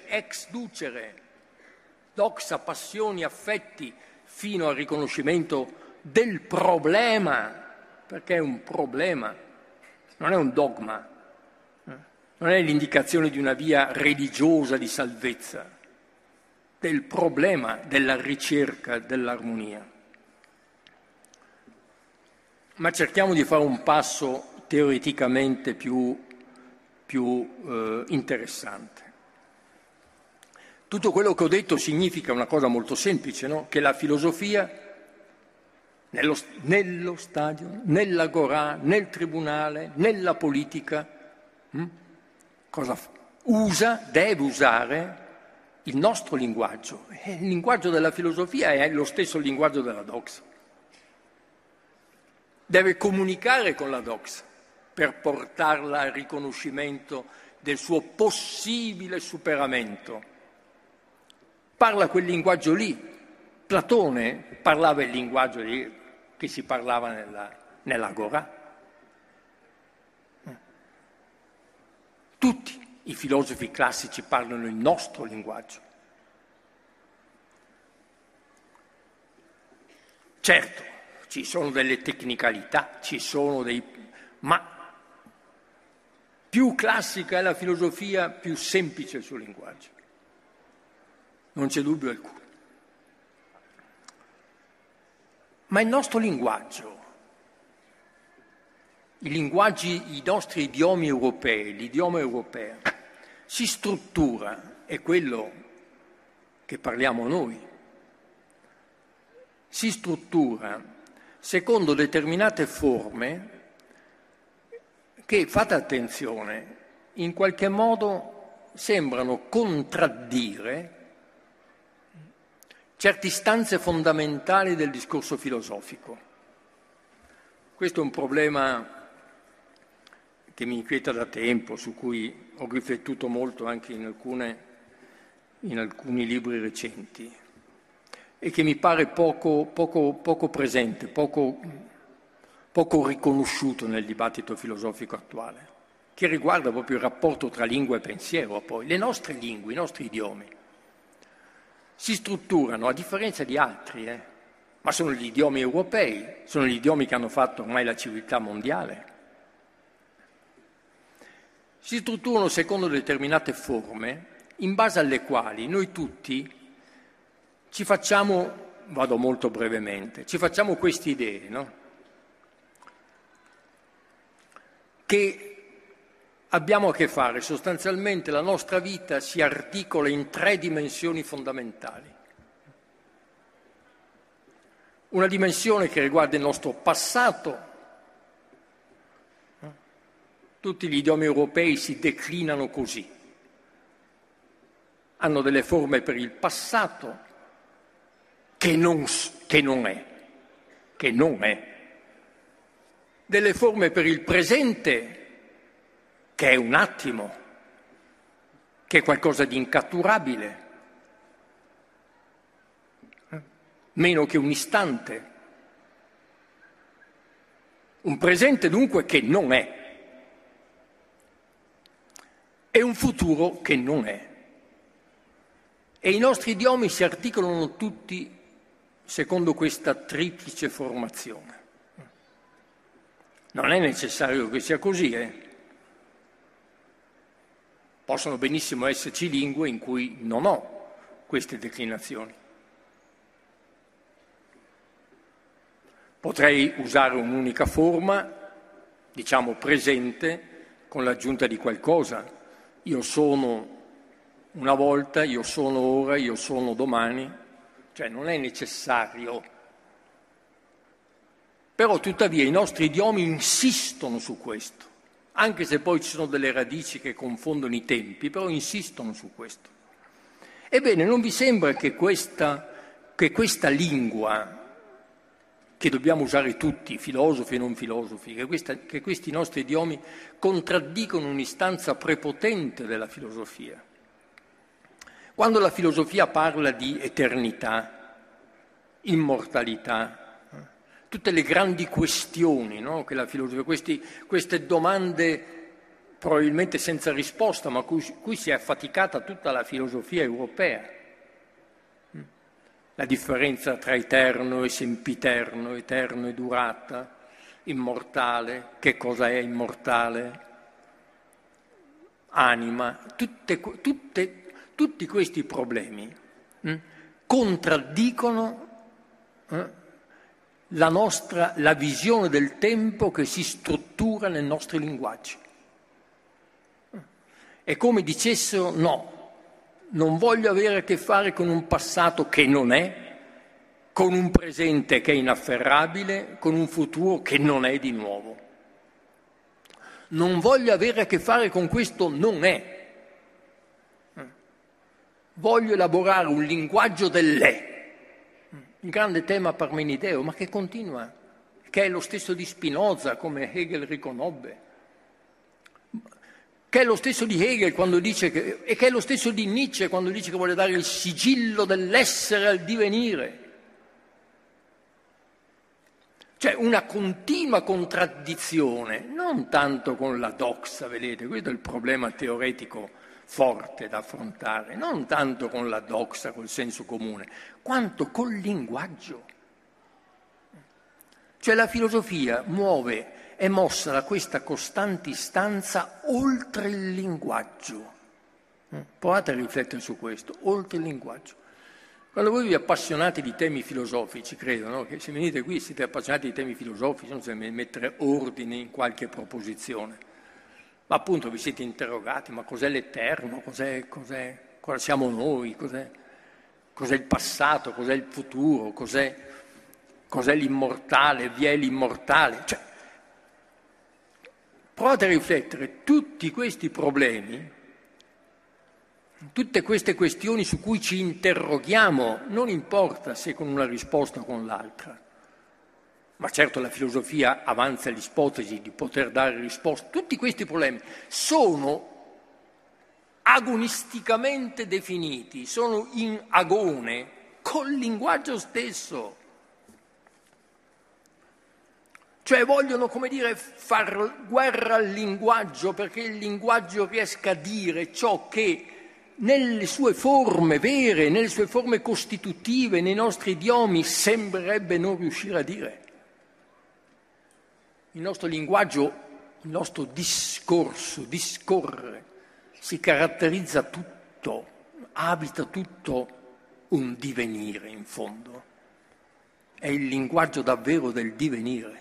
doxa, passioni, affetti, fino al riconoscimento del problema, perché è un problema, non è un dogma. Non è l'indicazione di una via religiosa di salvezza, del problema della ricerca dell'armonia. Ma cerchiamo di fare un passo teoreticamente più interessante. Tutto quello che ho detto significa una cosa molto semplice, no? Che la filosofia, nello stadio, nell'agorà, nel tribunale, nella politica, cosa deve usare il nostro linguaggio. E il linguaggio della filosofia è lo stesso linguaggio della doxa. Deve comunicare con la doxa per portarla al riconoscimento del suo possibile superamento. Parla quel linguaggio lì. Platone parlava il linguaggio che si parlava nell'agorà. Tutti i filosofi classici parlano il nostro linguaggio. Certo, ci sono delle tecnicalità, ma più classica è la filosofia, più semplice è il suo linguaggio. Non c'è dubbio alcuno. Ma il nostro linguaggio, i nostri idiomi europei, l'idioma europeo, si struttura, è quello che parliamo noi, si struttura secondo determinate forme che, fate attenzione, in qualche modo sembrano contraddire certe istanze fondamentali del discorso filosofico. Questo è un problema che mi inquieta da tempo, su cui ho riflettuto molto anche in alcuni libri recenti, e che mi pare poco presente, poco riconosciuto nel dibattito filosofico attuale, che riguarda proprio il rapporto tra lingua e pensiero. Poi le nostre lingue, i nostri idiomi si strutturano, a differenza di altri, ma sono gli idiomi europei, sono gli idiomi che hanno fatto ormai la civiltà mondiale. Si strutturano secondo determinate forme in base alle quali noi tutti ci facciamo, vado molto brevemente, ci facciamo queste idee, no? Che abbiamo a che fare, sostanzialmente la nostra vita si articola in 3 dimensioni fondamentali. Una dimensione che riguarda il nostro passato. Tutti gli idiomi europei si declinano così. Hanno delle forme per il passato che non è. delle forme per il presente, che è un attimo, che è qualcosa di incatturabile, meno che un istante. Un presente dunque che non è, e un futuro che non è. E i nostri idiomi si articolano tutti secondo questa triplice formazione. Non è necessario che sia così, Possono benissimo esserci lingue in cui non ho queste declinazioni. Potrei usare un'unica forma, diciamo presente, con l'aggiunta di qualcosa. Io sono una volta, io sono ora, io sono domani. Cioè non è necessario. Però tuttavia i nostri idiomi insistono su questo, anche se poi ci sono delle radici che confondono i tempi, però insistono su questo. Ebbene, non vi sembra che questa lingua, che dobbiamo usare tutti, filosofi e non filosofi, che questi nostri idiomi contraddicono un'istanza prepotente della filosofia? Quando la filosofia parla di eternità, immortalità, tutte le grandi questioni, no? Che la filosofia, queste domande probabilmente senza risposta, ma cui si è affaticata tutta la filosofia europea. La differenza tra eterno e sempiterno, eterno e durata, immortale, che cosa è immortale, anima, tutti questi problemi contraddicono la visione del tempo che si struttura nel nostro linguaggio. È come dicessero no, non voglio avere a che fare con un passato che non è, con un presente che è inafferrabile, con un futuro che non è di nuovo. Non voglio avere a che fare con questo non è. Voglio elaborare un linguaggio dell'è. Il grande tema parmenideo, ma che continua, che è lo stesso di Spinoza, come Hegel riconobbe, che è lo stesso di Hegel quando dice e che è lo stesso di Nietzsche quando dice che vuole dare il sigillo dell'essere al divenire. Cioè una continua contraddizione, non tanto con la doxa, vedete, questo è il problema teoretico forte da affrontare, non tanto con la doxa, col senso comune, quanto col linguaggio. Cioè la filosofia è mossa da questa costante istanza oltre il linguaggio. Provate a riflettere su questo, oltre il linguaggio. Quando voi vi appassionate di temi filosofici, credo, no? Che se venite qui siete appassionati di temi filosofici, non so mettere ordine in qualche proposizione. Ma appunto vi siete interrogati, ma cos'è l'eterno, cosa siamo noi, cos'è il passato, cos'è il futuro, cos'è l'immortale, vi è l'immortale. Cioè, provate a riflettere, tutti questi problemi, tutte queste questioni su cui ci interroghiamo, non importa se con una risposta o con l'altra. Ma certo la filosofia avanza l'ipotesi di poter dare risposte. Tutti questi problemi sono agonisticamente definiti, sono in agone col linguaggio stesso. Cioè vogliono, come dire, far guerra al linguaggio perché il linguaggio riesca a dire ciò che nelle sue forme vere, nelle sue forme costitutive, nei nostri idiomi sembrerebbe non riuscire a dire. Il nostro linguaggio, il nostro discorso, discorrere, si caratterizza tutto, abita tutto un divenire in fondo. È il linguaggio davvero del divenire.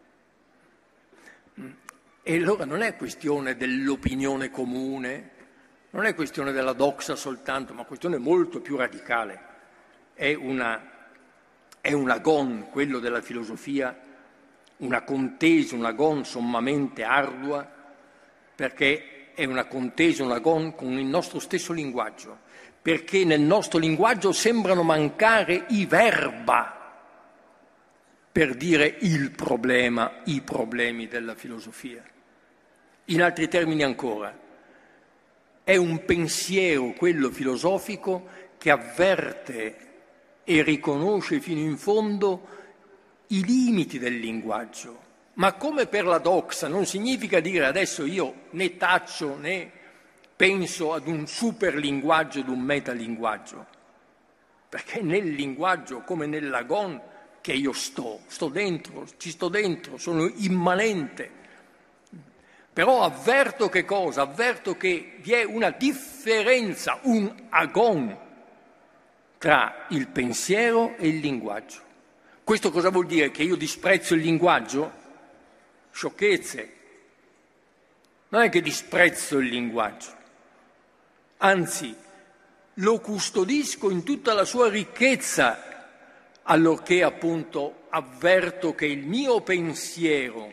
E allora non è questione dell'opinione comune, non è questione della doxa soltanto, ma questione molto più radicale. È un agon, quello della filosofia, una contesa, un agon sommamente ardua, perché è una contesa, un agon con il nostro stesso linguaggio, perché nel nostro linguaggio sembrano mancare i verba. per dire il problema, i problemi della filosofia. In altri termini ancora, è un pensiero, quello filosofico, che avverte e riconosce fino in fondo i limiti del linguaggio. Ma come per la doxa non significa dire adesso io né taccio né penso ad un superlinguaggio, ad un metalinguaggio, perché nel linguaggio come nell'agon che io sto dentro, ci sto dentro, sono immanente. Però avverto che cosa? Avverto che vi è una differenza, un agon tra il pensiero e il linguaggio. Questo cosa vuol dire? Che io disprezzo il linguaggio? Sciocchezze. Non è che disprezzo il linguaggio, anzi lo custodisco in tutta la sua ricchezza, allorché appunto avverto che il mio pensiero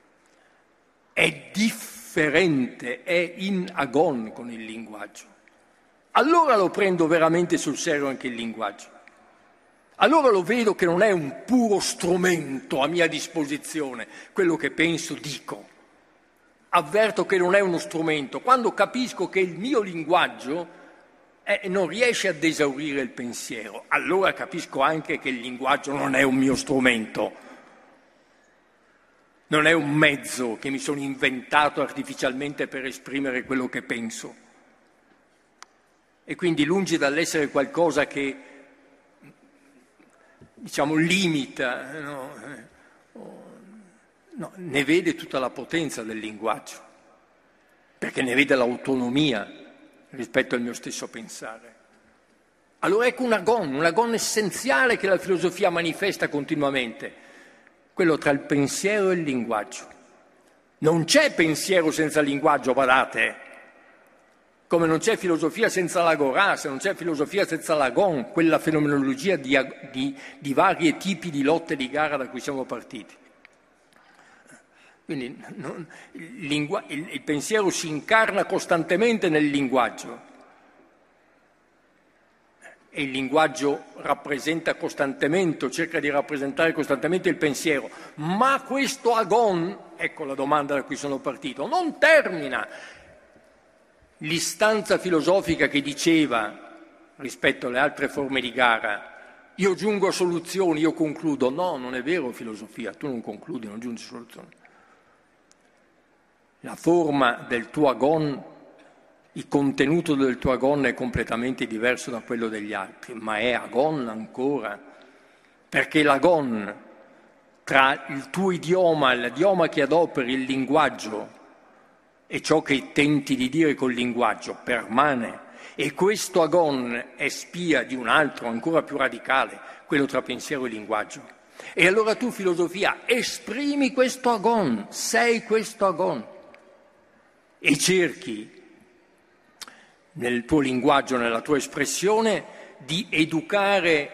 è differente, è in agon con il linguaggio. Allora lo prendo veramente sul serio anche il linguaggio. Allora lo vedo che non è un puro strumento a mia disposizione, quello che penso, dico. Avverto che non è uno strumento. Quando capisco che il mio linguaggio non riesce ad esaurire il pensiero, allora capisco anche che il linguaggio non è un mio strumento, non è un mezzo che mi sono inventato artificialmente per esprimere quello che penso. E quindi lungi dall'essere qualcosa che, diciamo, limita, no, ne vede tutta la potenza del linguaggio, perché ne vede l'autonomia rispetto al mio stesso pensare. Allora ecco un agon essenziale che la filosofia manifesta continuamente, quello tra il pensiero e il linguaggio. Non c'è pensiero senza linguaggio, badate, come non c'è filosofia senza l'agorà, se non c'è filosofia senza l'agon, quella fenomenologia di vari tipi di lotte di gara da cui siamo partiti. Quindi il pensiero si incarna costantemente nel linguaggio e il linguaggio rappresenta costantemente, cerca di rappresentare costantemente il pensiero, ma questo agon, ecco la domanda da cui sono partito, non termina l'istanza filosofica che diceva rispetto alle altre forme di gara io giungo a soluzioni, io concludo. No, non è vero filosofia, tu non concludi, non giungi a soluzioni. La forma del tuo agon, il contenuto del tuo agon è completamente diverso da quello degli altri, ma è agon ancora, perché l'agon tra il tuo idioma, l'idioma che adoperi, il linguaggio e ciò che tenti di dire col linguaggio permane, e questo agon è spia di un altro ancora più radicale, quello tra pensiero e linguaggio. E allora tu, filosofia, esprimi questo agon, sei questo agon. E cerchi nel tuo linguaggio, nella tua espressione, di educare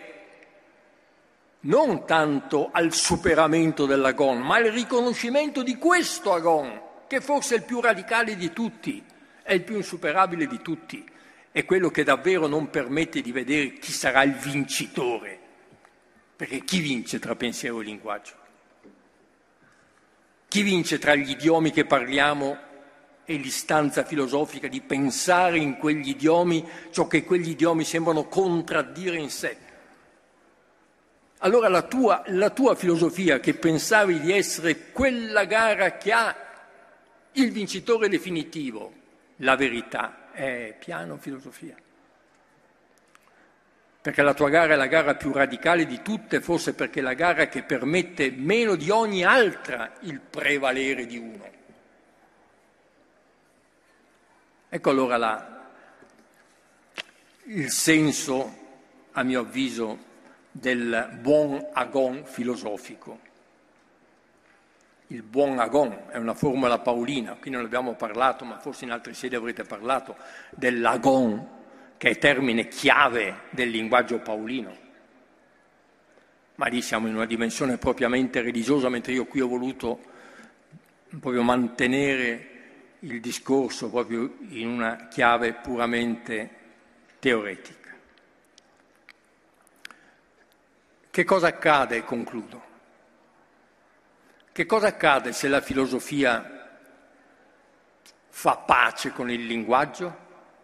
non tanto al superamento dell'agon, ma al riconoscimento di questo agon, che forse è il più radicale di tutti, è il più insuperabile di tutti, è quello che davvero non permette di vedere chi sarà il vincitore, perché chi vince tra pensiero e linguaggio? Chi vince tra gli idiomi che parliamo e l'istanza filosofica di pensare in quegli idiomi ciò che quegli idiomi sembrano contraddire in sé? Allora la tua filosofia, che pensavi di essere quella gara che ha il vincitore definitivo, la verità, è piano filosofia. Perché la tua gara è la gara più radicale di tutte, forse perché è la gara che permette meno di ogni altra il prevalere di uno. Ecco allora il senso, a mio avviso, del buon agon filosofico. Il buon agon è una formula paolina, qui non abbiamo parlato, ma forse in altre sedi avrete parlato dell'agon, che è termine chiave del linguaggio paolino. Ma lì siamo in una dimensione propriamente religiosa, mentre io qui ho voluto proprio mantenere il discorso proprio in una chiave puramente teoretica. Che cosa accade? Concludo. Che cosa accade se la filosofia fa pace con il linguaggio?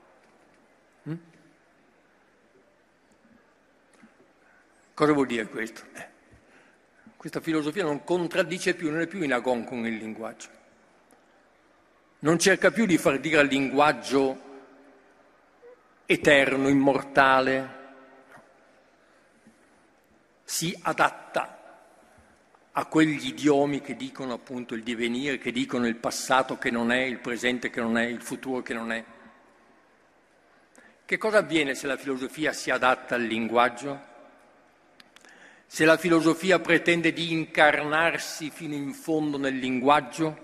Cosa vuol dire questo? Questa filosofia non contraddice più, non è più in agon con il linguaggio. Non cerca più di far dire al linguaggio eterno, immortale. Si adatta a quegli idiomi che dicono appunto il divenire, che dicono il passato che non è, il presente che non è, il futuro che non è. Che cosa avviene se la filosofia si adatta al linguaggio? Se la filosofia pretende di incarnarsi fino in fondo nel linguaggio,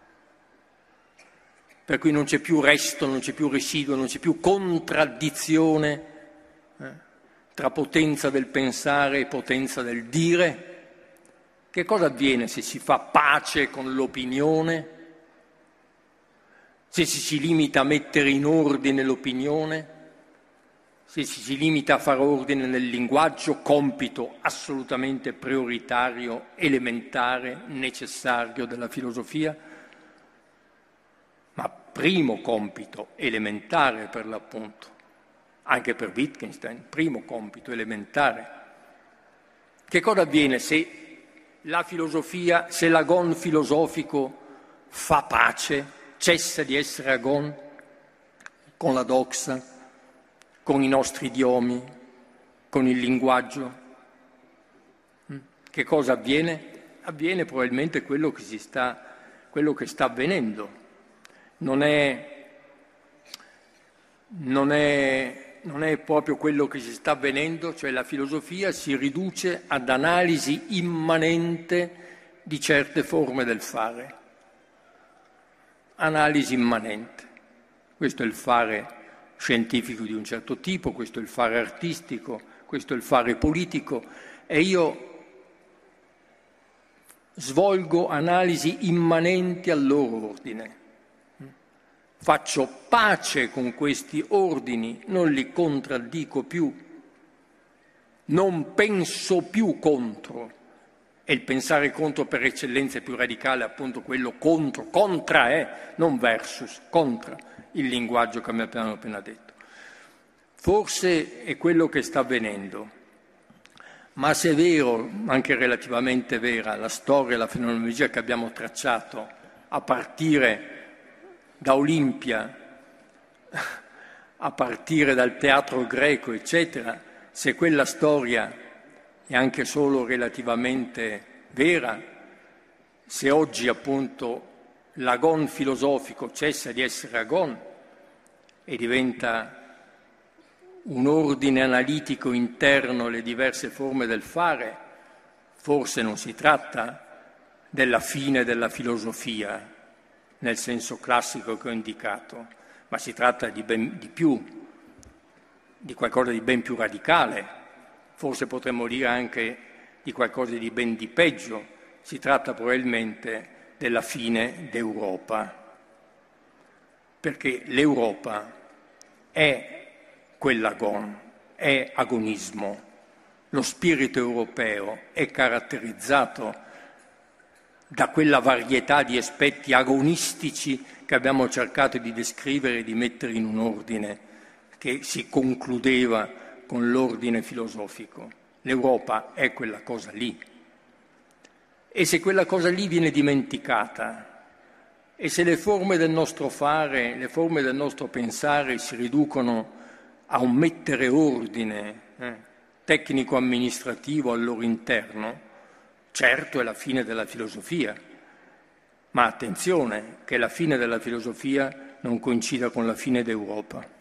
per cui non c'è più resto, non c'è più residuo, non c'è più contraddizione tra potenza del pensare e potenza del dire, che cosa avviene se si fa pace con l'opinione, se si limita a mettere in ordine l'opinione, se si limita a fare ordine nel linguaggio, compito assolutamente prioritario, elementare, necessario della filosofia, ma primo compito elementare per l'appunto, anche per Wittgenstein, primo compito elementare. Che cosa avviene se la filosofia, se l'agon filosofico fa pace, cessa di essere agon con la doxa, con i nostri idiomi, con il linguaggio? Che cosa avviene? Avviene probabilmente quello che sta avvenendo. Non è proprio quello che si sta avvenendo, cioè la filosofia si riduce ad analisi immanente di certe forme del fare. Analisi immanente. Questo è il fare scientifico di un certo tipo, questo è il fare artistico, questo è il fare politico, e io svolgo analisi immanenti al loro ordine. Faccio pace con questi ordini, non li contraddico più, non penso più contro, e il pensare contro per eccellenza è più radicale, appunto quello contro, contra è, non versus, contra il linguaggio che abbiamo appena detto. Forse è quello che sta avvenendo, ma se è vero, anche relativamente vera, la storia e la fenomenologia che abbiamo tracciato a partire da Olimpia, a partire dal teatro greco, eccetera, se quella storia è anche solo relativamente vera, se oggi appunto l'agon filosofico cessa di essere agon e diventa un ordine analitico interno alle diverse forme del fare, forse non si tratta della fine della filosofia, nel senso classico che ho indicato, ma si tratta di più, di qualcosa di ben più radicale, forse potremmo dire anche di qualcosa di ben di peggio, si tratta probabilmente della fine d'Europa, perché l'Europa è quell'agon, è agonismo, lo spirito europeo è caratterizzato da quella varietà di aspetti agonistici che abbiamo cercato di descrivere e di mettere in un ordine che si concludeva con l'ordine filosofico. L'Europa è quella cosa lì. E se quella cosa lì viene dimenticata, e se le forme del nostro fare, le forme del nostro pensare si riducono a un mettere ordine tecnico-amministrativo al loro interno, certo è la fine della filosofia, ma attenzione che la fine della filosofia non coincida con la fine d'Europa.